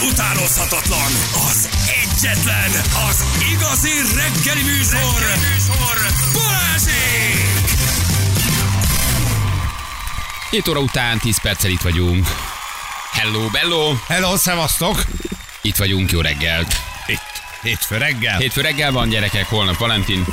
utánozhatatlan, az egyetlen, az igazi reggeli műsor, Balázsék! 7 óra után 10 perccel itt vagyunk. Hello, bello! Hello, szevasztok! Itt vagyunk, jó reggelt. Hétfő reggel. Hétfő reggel van, gyerekek, holnap Valentin.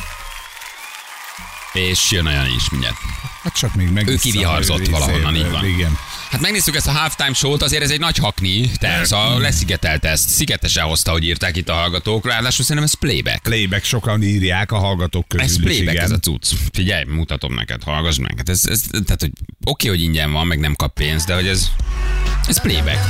És jön olyan is mindjárt. Hát csak még meg. Ő kiviharzott valahonnan, így van. Igen. Hát megnéztük ezt a halftime show-t, azért ez egy nagy hakni, tehát leszigetelte ezt, szigetesen hozta, hogy írták itt a hallgatók, ráadásul szerintem ez playback. Playback, sokan írják a hallgatók közül. Ez playback, igen. ez a cucc. Figyelj, mutatom neked, hallgass meg. Hát ez tehát, hogy oké, hogy ingyen van, meg nem kap pénzt, de hogy ez playback.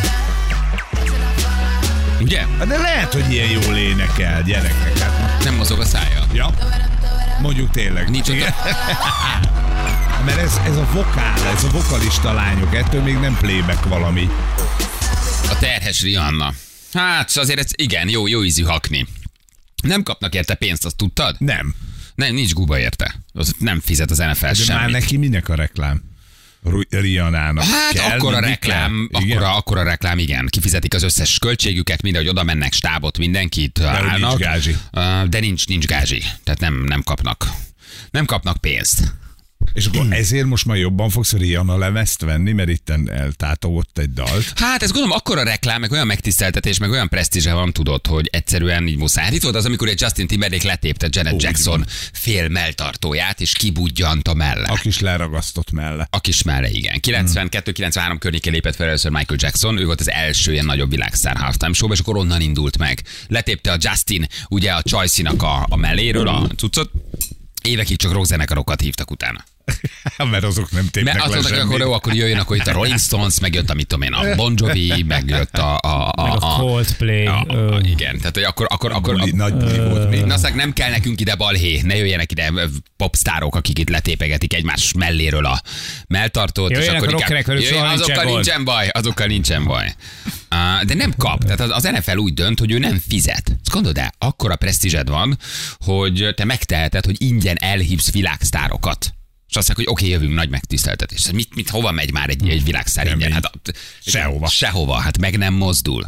Ugye? De lehet, hogy ilyen jól énekel, gyerekek. Hát, Nem mozog a szája. ja. Mondjuk tényleg. Nincs ott Igen. Mert ez a vokál, ez a vokalista lányok, ettől még nem playback valami. a terhes Rihanna. Hát azért ez igen, jó ízű hakni. Nem kapnak érte pénzt, azt tudtad? Nem. Nem, nincs guba érte. Az nem fizet az NFL De semmit. már neki minek a reklám? Rihannának. Hát kell, akkor a mindig reklám, kell? Igen? akkor a reklám, igen. Kifizetik az összes költségüket, hogy oda mennek, stábot, mindenkit állnak. nincs gázsi. De nincs gázsi. Tehát nem kapnak. Nem kapnak pénzt. És akkor ezért most már jobban fogsz Rihanna lemezt venni, mert itten eltátovott egy dalt. Hát ez gondolom akkora reklám, meg olyan megtiszteltetés, meg olyan presztízse van, tudod, hogy egyszerűen így muszáj. Hát itt volt az, amikor egy Justin Timberlake letépte Janet Jackson fél melltartóját, és kibudjant a melle. A kis leragasztott melle. A kis melle, igen. 92-93 környékén lépett fel először Michael Jackson, ő volt az első ilyen nagyobb világsztár halftime show, és akkor onnan indult meg. Letépte a Justin, ugye a Choice-nak a melléről a cuccot, évekig csak rockzenekarokat hívtak utána. Mert azok nem tépnek Mert azt le mondták, semmit. akkor jöjjön, akkor itt a Rolling Stones, megjött a mit tudom én, a Bon Jovi, megjött a Coldplay. igen, tehát hogy akkor Nagy buli volt még. na, aztán nem kell nekünk ide balhé, ne jöjjenek ide popstárok, akik itt letépegetik egymás melléről a melltartót. Jöjjenek és akkor a rockerek, velük soha azokkal nincsen baj. De nem kap. Tehát az NFL úgy dönt, hogy ő nem fizet. Ezt gondolod el, akkora presztízsed van, hogy te megteheted, hogy ingyen elhívsz világsztárokat. És azt mondják, hogy oké, jövünk, nagy megtiszteltetés. Hova megy már egy világsztár Nem ingyen? megy. Hát, Sehova. Sehova, hát meg nem mozdul.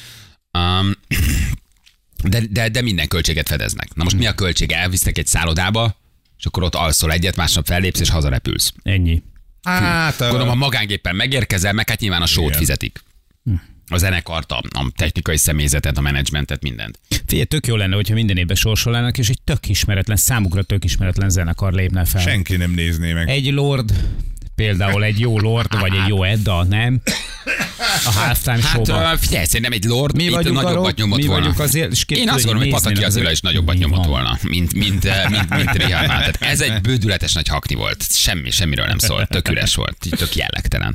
De minden költséget fedeznek. Na most mi a költség? Elvisznek egy szállodába, és akkor ott alszol egyet, másnap fellépsz, és hazarepülsz. Ennyi. Hát, Gondolom, ha magángéppen megérkezel, meg hát nyilván a sót Igen. fizetik. A zenekart, a technikai személyzetet, a menedzsmentet, mindent. Figyelj, tök jó lenne, hogyha minden évben sorsolnának, és egy számukra tök ismeretlen zenekar lépne fel. senki nem nézné meg. Egy lord, például egy jó lord, vagy egy jó Edda, nem? A halftime showban. Hát figyelj, szerintem egy lord Mi itt vagyunk a nagyobbat rock, nyomott mi volna. vagyunk azért, és Én azt gondolom, hogy Pataki Attila is nagyobbat Mi nyomott van? volna, mint Rihanna. Tehát ez egy bődületes nagy hakni volt. Semmiről nem szólt. Tök üres volt. Tök jellegtelen.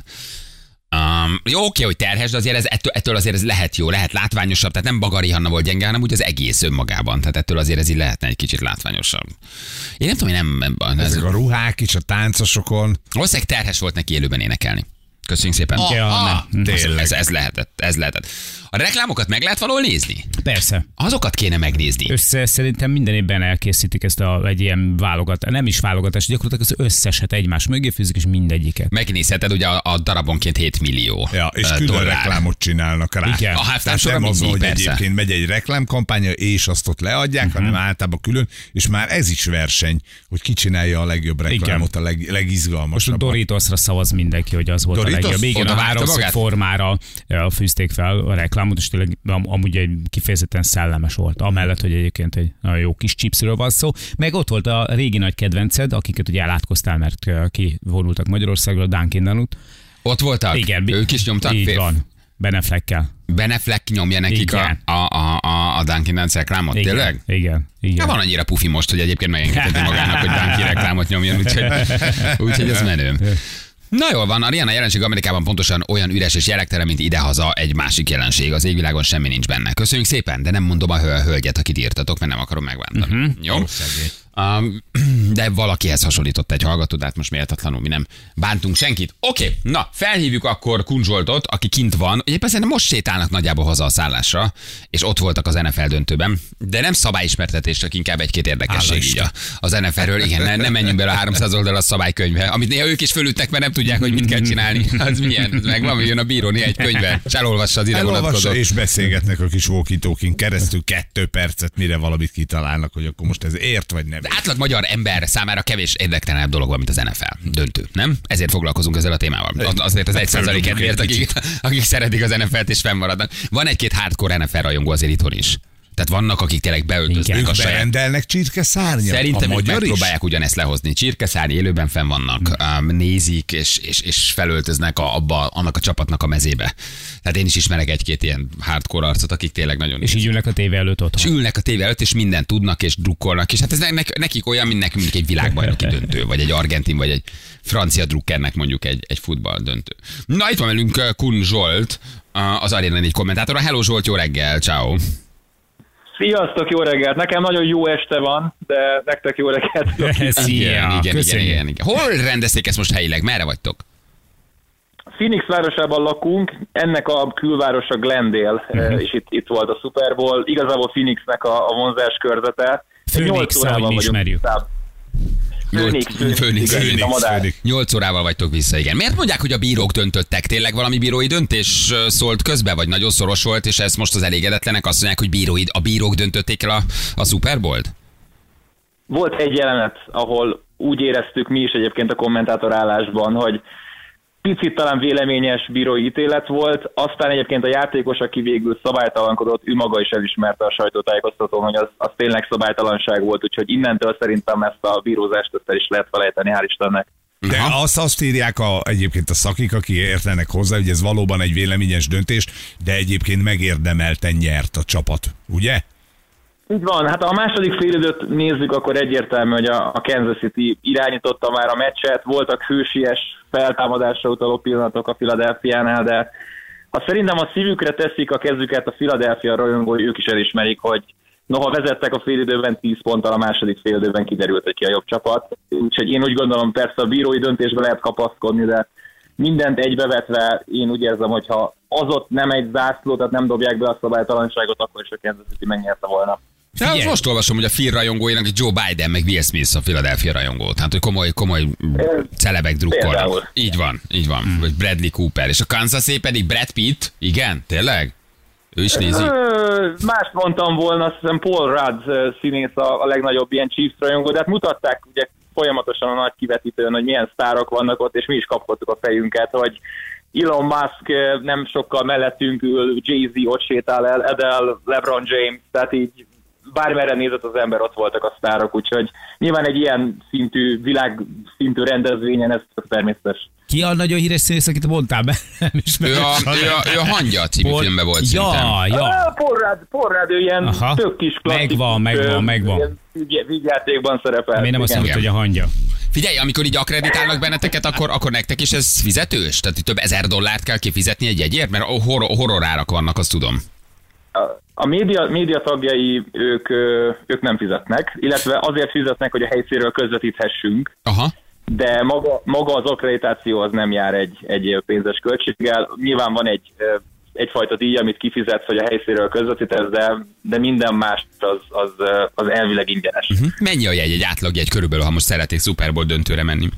Jó, oké, hogy terhes, de azért ettől azért ez lehet jó, lehet látványosabb, tehát nem Baga Rihanna volt gyenge, hanem úgy az egész önmagában, tehát ettől azért ez így lehetne egy kicsit látványosabb. Én nem tudom, hogy nem... Ezek a ruhák is a táncosokon. Valószínűleg terhes volt neki élőben énekelni. Köszönjük szépen. Ja, nem. Tényleg. Ez lehetett. A reklámokat meg lehet valahol nézni? Persze. Azokat kéne megnézni. Szerintem minden évben elkészítik ezt egy ilyen válogatást, nem is válogatás, gyakorlatilag az összeset egymás mögé fűzik, és mindegyiket. Megnézheted, ugye a darabonként 7 millió Ja, és külön dollár. reklámot csinálnak rá. Igen. A halftime Tehát sorra nem az, mindig, hogy persze. egyébként megy egy reklámkampánya, és azt ott leadják, hanem általában külön, és már ez is verseny, hogy ki csinálja a legjobb reklámot, a Most a legizgalmasabb. Doritosra szavaz mindenki, hogy az volt Doritos? a legjobb. Igen, Oda a vágta háromszög magát? formára fűzték fel a reklámot, és tényleg amúgy egy kifejezetten szellemes volt. Amellett, hogy egyébként egy nagyon jó kis chipsről van szó. Meg ott volt a régi nagy kedvenced, akiket ugye elátkoztál, mert kivonultak Magyarországról, a Dunkin Donut. Ott voltak? Igen, Ők is nyomtak? Így van. Ben Affleckkel. Ben Affleck nyomja nekik Igen. a Dunkin' Donuts reklámot, tényleg? Igen. Ja, van annyira pufi most, hogy egyébként megengedheti magának, hogy Dunkin' reklámot nyomjon, úgyhogy ez menő. Na jól van, a Rihanna jelenség Amerikában pontosan olyan üres és jellegtelen, mint idehaza egy másik jelenség. Az égvilágon semmi nincs benne. Köszönjük szépen, de nem mondom a hölgyet, akit írtatok, mert nem akarom megbántani. Jó? De valakihez hasonlított egy hallgató, de hát most méltatlanul mi nem bántunk senkit. Oké, na, felhívjuk akkor Kun Zsoltot, aki kint van. Egyébként szerintem most sétálnak nagyjából haza a szállásra, és ott voltak az NFL döntőben, de nem szabályismertetés, csak inkább egy-két érdekesség így az NFL-ről. Igen, nem menjünk bele a 300 oldalas szabálykönyvbe, amit néha ők is fölütnek, mert nem tudják, hogy mit kell csinálni. Az milyen? Ez meg van, jön a bíró egy könyvbe, és elolvassa az ide vonatkozó. És beszélgetnek a kis walkie-talkie keresztül 2 percet, mire valamit kitalálnak, hogy akkor most ez ért vagy nem. Átlag magyar ember számára kevés érdektelenebb dolog van, mint az NFL döntő, nem? Ezért foglalkozunk ezzel a témával. Azért az 1% kedvéért, akik szeretik az NFL-t és fennmaradnak. Van egy-két hardcore NFL rajongó azért itthon is. Tehát vannak, akik tényleg beöltöznek a saját. Berendelnek csirkeszárnyat? Szerintem ők megpróbálják ugyanezt lehozni. Csirkeszárny, élőben fenn vannak, nézik és felöltöznek annak a csapatnak a mezébe. Tehát én is ismerek egy-két ilyen hardcore arcot, akik tényleg nagyon és így ülnek a tévé előtt otthon. És ülnek a tévé előtt, és mindent tudnak, és drukkolnak. És hát ez nekik olyan, mint nekünk egy világbajnoki döntő, vagy egy argentin, vagy egy francia drukkernek mondjuk egy futball döntő. Na, itt van velünk Kun Zsolt, az Arena 4 kommentátora. Hello Zsolt, jó reggel, ciao. Sziasztok, jó reggelt! Nekem nagyon jó este van, de nektek jó reggelt! Igen. Hol rendezték ezt most helyileg? Merre vagytok? Phoenix városában lakunk, ennek a külvárosa Glendale, és itt volt a Super Bowl. Igazából Phoenixnek a vonzás körzete. Phoenix, ahogy mi ismerjük. Főnix. 8 órával vagytok vissza, igen. Miért mondják, hogy a bírók döntöttek? Tényleg valami bírói döntés szólt közbe, vagy nagyon szoros volt, és ezt most az elégedetlenek azt mondják, hogy a bírók döntötték el a Super Bowl-t? Volt egy jelenet, ahol úgy éreztük mi is egyébként a kommentátor állásban, hogy picit talán véleményes bírói ítélet volt, aztán egyébként a játékos, aki végül szabálytalankodott, ő maga is elismerte a sajtótájékoztatón, hogy az tényleg szabálytalanság volt, úgyhogy innentől szerintem ezt a bírózást el is lehet felejteni, hál' Istennek. De azt írják egyébként a szakik, aki értenek hozzá, hogy ez valóban egy véleményes döntés, de egyébként megérdemelten nyert a csapat, ugye? Így van, hát ha a második félidőt nézzük, akkor egyértelmű, hogy a Kansas City irányította már a meccset, voltak hősies feltámadásra utaló pillanatok a Philadelphiánál, de ha szerintem a szívükre teszik a kezüket a Philadelphia rajongói, ők is elismerik, hogy noha vezettek a félidőben 10 ponttal, a második félidőben kiderült, hogy ki a jobb csapat. Úgyhogy én úgy gondolom, persze a bírói döntésbe lehet kapaszkodni, de mindent egybevetve én úgy érzem, hogy ha az ott nem egy zászló, tehát nem dobják be a szabálytalanságot, akkor is a Kansas City megnyerte volna. Ja, most olvasom, hogy a Phil rajongóinak Joe Biden, meg Will Smith a Philadelphia rajongó. Tehát, hogy komoly celebek drukkolnak. Így van. Vagy Bradley Cooper. És a Kansas pedig Brad Pitt? Igen? Tényleg? Ő is nézi? Mást mondtam volna, azt hiszem Paul Rudd színész a legnagyobb ilyen Chiefs rajongó, de hát mutatták ugye folyamatosan a nagy kivetítőn, hogy milyen sztárok vannak ott, és mi is kapkodtuk a fejünket, hogy Elon Musk nem sokkal mellettünk ül, Jay-Z ott sétál el, Adele, LeBron James, tehát így bármerre nézett az ember, ott voltak a sztárok, úgyhogy nyilván egy ilyen szintű, világszintű rendezvényen ez természetes. Ki a nagyon híres színész, akit mondtál be? Ő a Hangya című filmben volt szerintem. Paul Rudd, ő ilyen tök kis klasszik. Megvan. Vígjátékban szerepel. Miért nem azt mondod, hogy a Hangya? Figyelj, amikor így akreditálnak benneteket, akkor nektek is ez fizetős? Tehát több $1000 kell kifizetni egy jegyért? Mert horror árak vannak, azt tudom. A média tagjai ők nem fizetnek, illetve azért fizetnek, hogy a helyszínről közvetíthessünk. Aha. De maga az akkreditáció az nem jár egy pénzes költséggel. Nyilván van egyfajta díj, amit kifizetsz, hogy a helyszínről közvetítesz, de minden más az elvileg ingyenes. Mennyi a jegy, egy átlagjegy körülbelül, ha most szeretnék Super Bowl döntőre menni?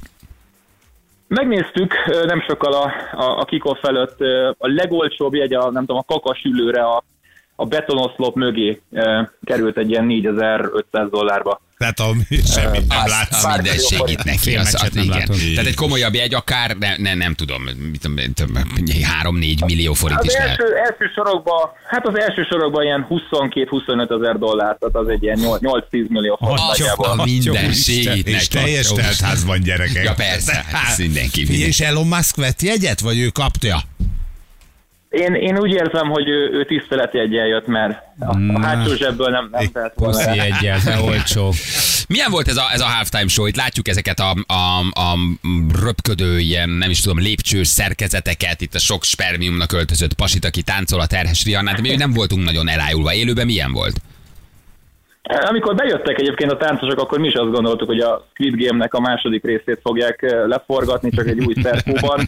Megnéztük nem sokkal a kick-off előtt a legolcsóbb jegy, a kakasülőre a betonoszlop mögé került egy ilyen $4500. Tehát semmit nem látsz. Minden segít neki. Igen. Tehát egy komolyabb jegy akár, nem tudom, 3-4 millió forint is lehet. Az első sorokban ilyen $22-25 ezer, tehát az egy ilyen 8-10 millió forint nagyjából. Minden segít neki. És teljes teltházban gyerekek. Ja persze, mindenki. És Elon Musk vett jegyet, vagy ő kapja? Én úgy érzem, hogy ő tiszteleti egyen jött, mert a hátsó zsebből nem telt volna. Puszi egyel, de olcsó. Milyen volt ez a halftime show? Itt látjuk ezeket a röpködő, ilyen, nem is tudom, lépcsős szerkezeteket, itt a sok spermiumnak öltözött pasit, aki táncol a terhes Rihannát, de mi nem voltunk nagyon elájulva. Élőben milyen volt? Amikor bejöttek egyébként a táncosok, akkor mi is azt gondoltuk, hogy a Squid Game-nek a második részét fogják leforgatni, csak egy új szerkóban.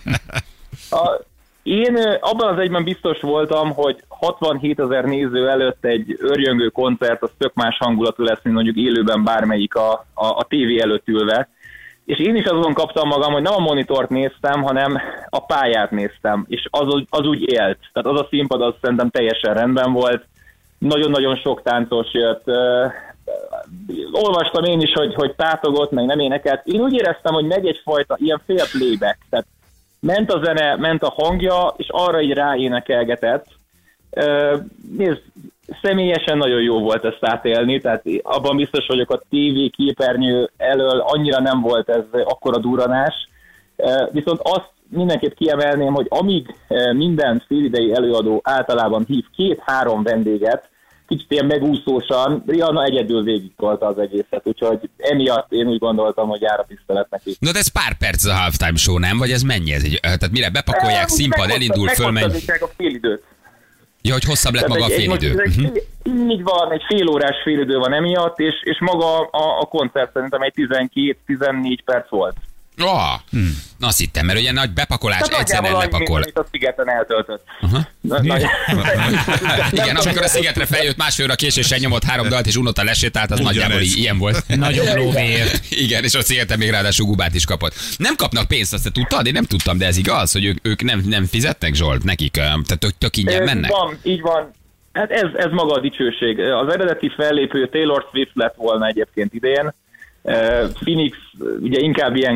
Én abban az egyben biztos voltam, hogy 67 000 néző előtt egy örjöngő koncert, az tök más hangulatú lesz, mint mondjuk élőben bármelyik a tévé előtt ülve. És én is azon kaptam magam, hogy nem a monitort néztem, hanem a pályát néztem, és az úgy élt. Tehát az a színpad, az szerintem teljesen rendben volt. Nagyon-nagyon sok táncos jött. Olvastam én is, hogy tátogott, meg nem énekelt. Én úgy éreztem, hogy megy egyfajta ilyen fél playback. Tehát ment a zene, ment a hangja, és arra így ráénekelgetett. Nézd, személyesen nagyon jó volt ezt átélni, tehát abban biztos vagyok, a TV képernyő elől annyira nem volt ez akkora duranás. Viszont azt mindenképp kiemelném, hogy amíg minden félidei előadó általában hív 2-3 vendéget, kicsit ilyen megúszósan, Rihanna egyedül végigtolta az egészet, úgyhogy emiatt én úgy gondoltam, hogy jár a tisztelet neki. Na de ez pár perc a halftime show, nem? Vagy ez mennyi? Tehát mire bepakolják, színpad, elindul, fölmegy? A félidőt. Ja, hogy hosszabb lett maga a félidő. Így van, egy fél órás félidő van emiatt, és maga a koncert szerintem egy 12-14 perc volt. Na azt hittem, mert ugye nagy bepakolás, egyszerűen lepakol. Amit a szigeten eltöltött. Igen, amikor a szigetre feljött másfél óra késéssel nyomott 3 dalt, és unota lesétált, az nagyjából ilyen volt. Nagyobb lóvéért. Igen, és a szigeten még ráadásul gubát is kapott. Nem kapnak pénzt, azt te tudtad? Én nem tudtam, de ez igaz, hogy ők nem fizetnek, Zsolt, nekik? Tehát tök ingyen mennek? Így van. Hát ez maga a dicsőség. Az eredeti fellépő Taylor Swift lett volna egyébként idén. Phoenix ugye inkább ilyen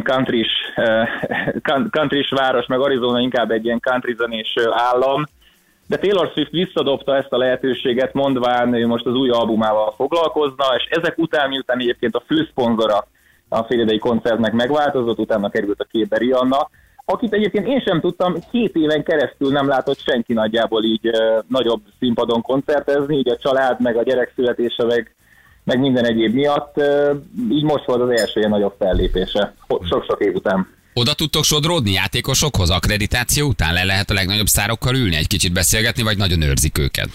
countrys város, meg Arizona inkább egy ilyen country zenés állam, de Taylor Swift visszadobta ezt a lehetőséget, mondván ő most az új albumával foglalkozna, és ezek után, miután egyébként a főszponzora a félidei koncertnek megváltozott, utána került a képbe Rihanna, akit egyébként én sem tudtam, 2 éven keresztül nem látott senki nagyjából így nagyobb színpadon koncertezni, így a család, meg a gyerek születése, meg minden egyéb miatt, így most volt az első ilyen nagyobb fellépése, sok-sok év után. Oda tudtok sodródni játékosokhoz akkreditáció után? Le lehet a legnagyobb sztárokkal ülni, egy kicsit beszélgetni, vagy nagyon őrzik őket?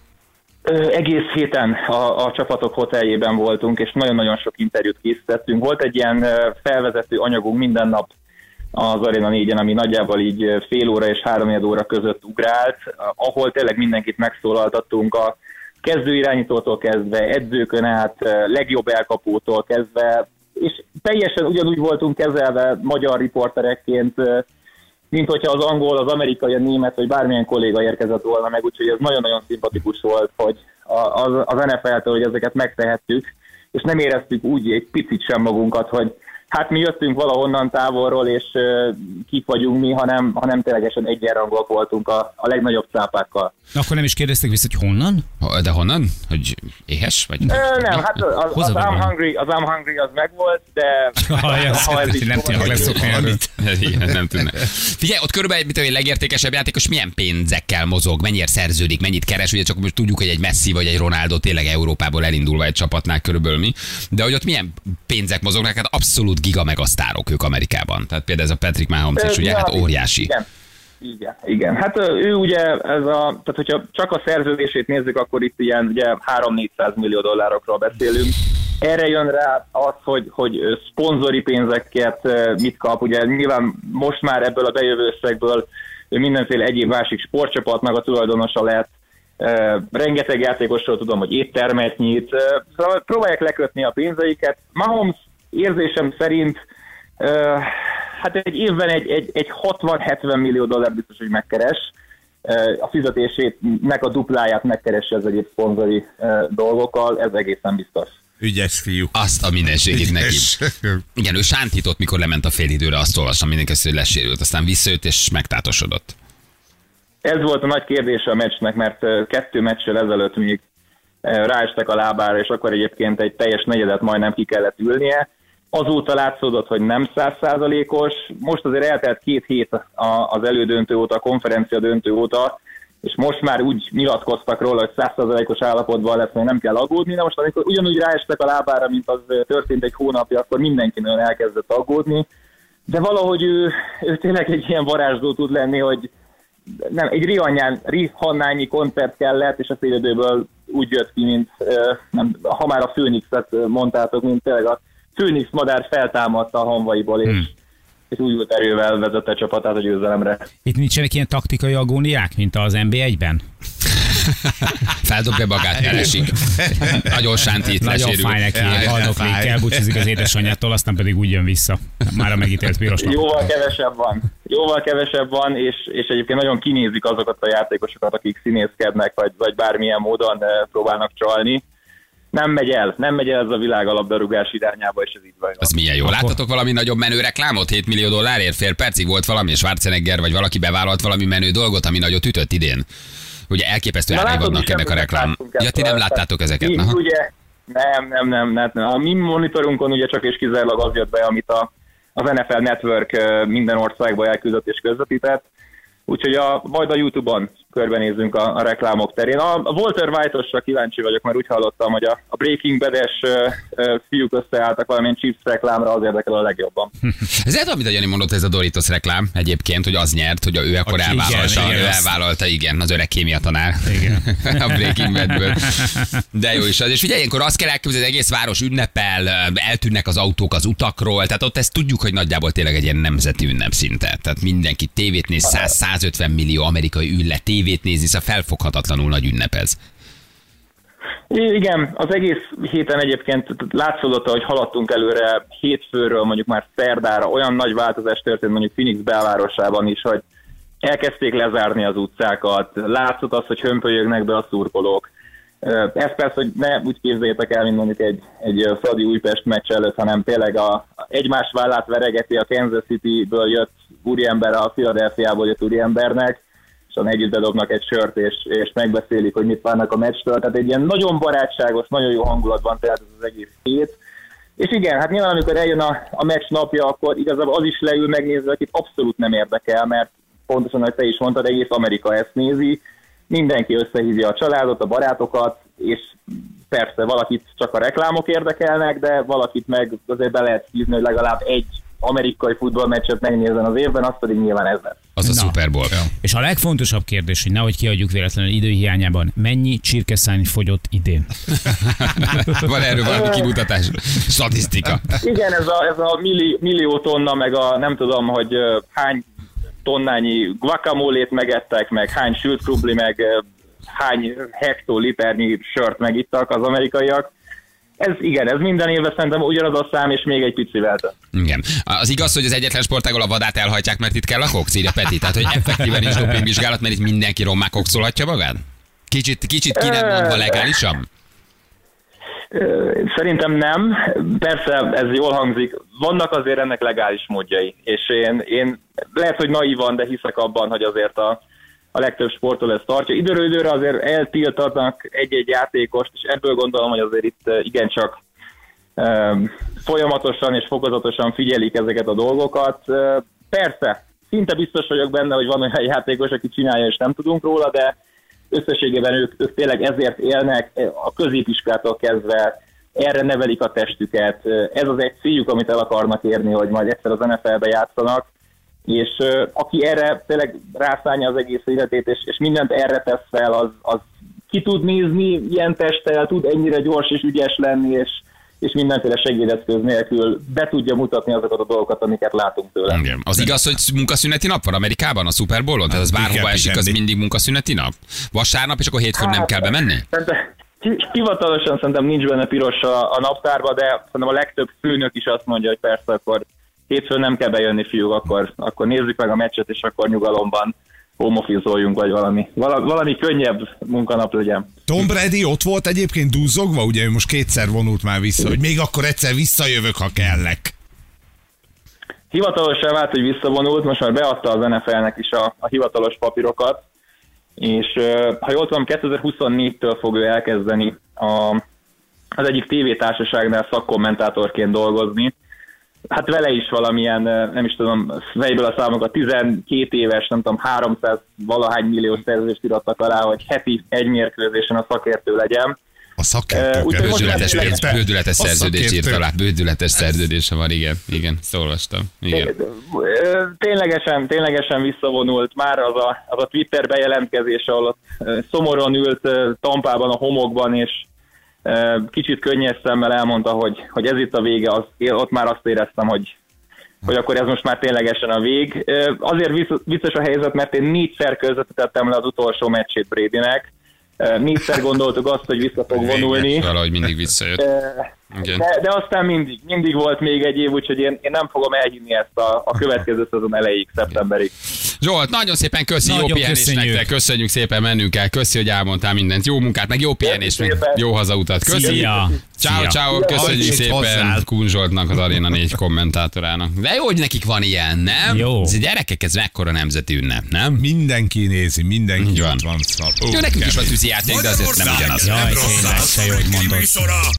Egész héten a csapatok hoteljében voltunk, és nagyon-nagyon sok interjút készítettünk. Volt egy ilyen felvezető anyagunk minden nap az Arena 4-en, ami nagyjából így fél óra és 3 óra között ugrált, ahol tényleg mindenkit megszólaltattunk, a kezdőirányítótól kezdve, edzőkön át, legjobb elkapótól kezdve, és teljesen ugyanúgy voltunk kezelve magyar riporterekként, mint hogyha az angol, az amerikai, a német, vagy bármilyen kolléga érkezett volna meg, úgyhogy ez nagyon-nagyon szimpatikus volt, hogy az NFL-től, hogy ezeket megtehettük, és nem éreztük úgy egy picit sem magunkat, hogy hát mi jöttünk valahonnan távolról, és kik vagyunk mi, hanem ténylegesen egyenrangúak voltunk a legnagyobb cápákkal. Akkor nem is kérdeztek vissza, hogy honnan? De honnan? Hogy éhes? Vagy nem, hát az I'm hungry az megvolt, de ha ez így nem tudnak leszokni erről. Igen, nem tudnak. Figyelj, ott körülbelül egy legértékesebb játékos milyen pénzekkel mozog, mennyire szerződik, mennyit keres, ugye csak most tudjuk, hogy egy Messi vagy egy Ronaldo tényleg Európából elindulva egy csapatnál körülbelül mi, de hogy ott milyen pénzek mozognak, hát abszolút giga megasztárok ők Amerikában. Tehát például ez a Patrick Mahomes, ugye, hát óriási. Igen. Hát ő ugye, tehát hogyha csak a szerződését nézzük, akkor itt ilyen ugye 300-400 millió dollárokról beszélünk. Erre jön rá az, hogy szponzori pénzeket mit kap. Ugye nyilván most már ebből a bejövő összegből mindenféle egyéb másik sportcsapatnak a tulajdonosa lett. Rengeteg játékosról tudom, hogy éttermet nyit. Szóval próbálják lekötni a pénzeiket. Mahomes érzésem szerint hát egy évben egy 60-70 millió dollár biztos, hogy megkeres. A fizetésének a dupláját megkeresse az egyéb szponzori dolgokkal, ez egészen biztos. Ügyes fiú. Azt a mindenségét neki. Igen, ő sántított, mikor lement a félidőre, azt olvastam mindenki, hogy lesérült, aztán visszajött és megtátosodott. Ez volt a nagy kérdése a meccsnek, mert 2 meccsel ezelőtt még ráestek a lábára, és akkor egyébként egy teljes negyedet majdnem ki kellett ülnie. Azóta látszódott, hogy nem 100%-os. Most azért eltelt 2 hét az elődöntő óta, a konferencia döntő óta, és most már úgy nyilatkoztak róla, hogy 100%-os állapotban lesz, hogy nem kell aggódni. De most amikor ugyanúgy ráestek a lábára, mint az történt egy hónapja, akkor mindenki nagyon elkezdett aggódni. De valahogy ő tényleg egy ilyen varázsló tud lenni, hogy nem, egy Rihannányi koncert kellett, és a félidőből úgy jött ki, mint ha már a Főnixet mondtátok, mint tényleg a Főnix madár feltámadta a hamvaiból, és úgy volt erővel vezette a csapatát a győzelemre. Itt nincsenek ilyen taktikai agóniák, mint az NB1-ben? Feldobja magát, elesik. Nagyon sántít, nagyon lesérül. fáj neki, haldoklik, elbúcsúzik az édesanyjától, aztán pedig úgy jön vissza. Már a megítélt piros lapot. Jóval kevesebb van, és egyébként nagyon kinézik azokat a játékosokat, akik színészkednek, vagy bármilyen módon próbálnak csalni. Nem megy el ez a világ a labdarúgás irányába, és ez így van. Az milyen jó. Láttatok valami nagyobb menő reklámot? 7 millió dollárért fél percig volt valami, és Schwarzenegger vagy valaki bevállalt valami menő dolgot, ami nagyot ütött idén? Ugye elképesztő árai vannak ennek a reklám. Ja, ti nem láttátok ezeket? Mi, ugye, nem. A mi monitorunkon ugye csak és kizárólag az jött be, amit az NFL Network minden országba elküldött és közvetített. Úgyhogy majd a YouTube-on körbenézzünk a reklámok terén. A Walter White-osra kíváncsi vagyok, mert úgy hallottam, hogy a Breaking Bad-es fiúk összeálltak valamilyen chips reklámra, az érdekel a legjobban. Ez lehet, amit a Jani mondott, ez a Doritos reklám egyébként, hogy az nyert, hogy ő akkor elvállalta, igen, az öreg kémia tanár. Igen. A Breaking Badből. De jó is az. És ugye ilyenkor azt kell elképzelni, az egész város ünnepel, eltűnnek az autók az utakról, tehát ott ezt tudjuk, hogy nagyjából tényleg egy ilyen nemzeti ünnep szinte. Tehát mindenki tévét néz, 150 millió amerikai ül le tévét nézni, szóval felfoghatatlanul nagy ünnep ez. Igen, az egész héten egyébként látszódott, hogy haladtunk előre hétfőről mondjuk már szerdára, olyan nagy változás történt mondjuk Phoenix belvárosában is, hogy elkezdték lezárni az utcákat, látszott az, hogy hömpölyögnek be a szurkolók. Ez persze, hogy ne úgy képzeljétek el, mint mondjuk egy Fradi Újpest meccs előtt, hanem tényleg egymás vállát veregeti a Kansas City-ből jött úriember a Philadelphiából jött úriembernek, és együtt bedobnak egy sört, és megbeszélik, hogy mit várnak a meccstől. Tehát egy ilyen nagyon barátságos, nagyon jó hangulatban tehát ez az egész hét. És igen, hát nyilván amikor eljön a meccs napja, akkor igazából az is leül megnézni, akit abszolút nem érdekel, mert pontosan, ahogy te is mondtad, egész Amerika ezt nézi, mindenki összehívja a családot, a barátokat, és persze valakit csak a reklámok érdekelnek, de valakit meg azért be lehet hívni, hogy legalább egy amerikai futballmeccset megnézzen az évben, az pedig nyilván ez lesz. Az a Super Bowl. És a legfontosabb kérdés, hogy nehogy kiadjuk véletlenül időhiányában, mennyi csirkeszárny fogyott idén? Van erről valami kimutatás? Statisztika. Igen, ez a millió tonna, meg a nem tudom, hogy hány tonnányi guacamolét megettek, meg hány sült krumpli, meg hány hektoliternyi sört megittak az amerikaiak. Ez minden évben szerintem ugyanaz a szám, és még egy picivel több. Igen. Az igaz, hogy az egyetlen sportágol a vadát elhajtják, mert itt kell a kox, írja Peti. Tehát, hogy effektíven nincs dopingvizsgálat, mert itt mindenki rommá kokszolhatja magát? Kicsit ki nem mondva legálisan? Szerintem nem. Persze ez jól hangzik. Vannak azért ennek legális módjai. És én lehet, hogy naívan, de hiszek abban, hogy azért a legtöbb sportoló ezt tartja. Időről időre azért eltiltatnak egy-egy játékost, és ebből gondolom, hogy azért itt igencsak folyamatosan és fokozatosan figyelik ezeket a dolgokat. Persze, szinte biztos vagyok benne, hogy van olyan játékos, aki csinálja, és nem tudunk róla, de összességében ők tényleg ezért élnek, a középiskolától kezdve erre nevelik a testüket. Ez az egy céljuk, amit el akarnak érni, hogy majd egyszer az NFL-be játszanak, és aki erre tényleg rászánja az egész életét, és mindent erre tesz fel, az ki tud nézni ilyen testtel, tud ennyire gyors és ügyes lenni, és mindenféle segédeszköz nélkül be tudja mutatni azokat a dolgokat, amiket látunk tőle. Igen. Az igaz, hogy munkaszüneti nap van Amerikában, a Super Bowlon? Tehát az bárhova esik, az mindig munkaszüneti nap? Vasárnap, és akkor hétfőn nem kell bemenni? Hivatalosan szerintem nincs benne piros a naptárba, de szerintem a legtöbb főnök is azt mondja, hogy persze, akkor hétfőn nem kell bejönni, fiúk, akkor nézzük meg a meccset, és akkor nyugalomban home office-oljunk, vagy valami könnyebb munkanap legyen. Tom Brady ott volt egyébként dúzzogva, ugye ő most kétszer vonult már vissza, hogy még akkor egyszer visszajövök, ha kellek. Hivatalosan vált, hogy visszavonult, most már beadta az NFL-nek is a hivatalos papírokat, és ha jól tudom, 2024-től fog ő elkezdeni az egyik tévétársaságnál szakkommentátorként dolgozni. Hát vele is valamilyen, nem is tudom, fejből a számokat, 12 éves, nem tudom, 300 valahány milliós szerződést irattak alá, hogy heti egy mérkőzésen a szakértő legyen. A szakértőket. Úgyhogy most Bődületes szerződést írt szakértő. alá. Bődületes szerződése van, igen. Ezt olvastam. Igen. Ténylegesen visszavonult már az a Twitter bejelentkezés, ahol ott szomorúan ült Tampában a homokban, és kicsit könnyes szemmel elmondta, hogy ez itt a vége. Ott már azt éreztem, hogy akkor ez most már ténylegesen a vég. Azért vicces a helyzet, mert én 4-szer közvetítettem le az utolsó meccsét Bradynek. 4-szer gondoltuk azt, hogy vissza fog vonulni. Valahogy mindig visszajött. De aztán mindig volt még egy év, úgyhogy én nem fogom elhinni ezt a következő szezon elejéig, szeptemberig. Zsolt, nagyon szépen köszi, jó Nagyon pihenést köszönjük. nektek, köszönjük szépen, mennünk kell, köszi, hogy elmondtál mindent, jó munkát, meg jó pihenést, meg jó hazautat, köszi. Szia. Ciao, köszönjük Adj szépen hozzá. Kun Zsoltnak, az Arena 4 kommentátorának. De jó, hogy nekik van ilyen, nem? Jó. Ez a gyerekek, ez mekkora nemzeti ünnep, nem? Mindenki nézi, mindenki Így van. ott van. Jó, nekünk is van tűzijáték, de azért nem ugyanaz. Jaj, tényleg, se jó, hogy mondod. Műsora.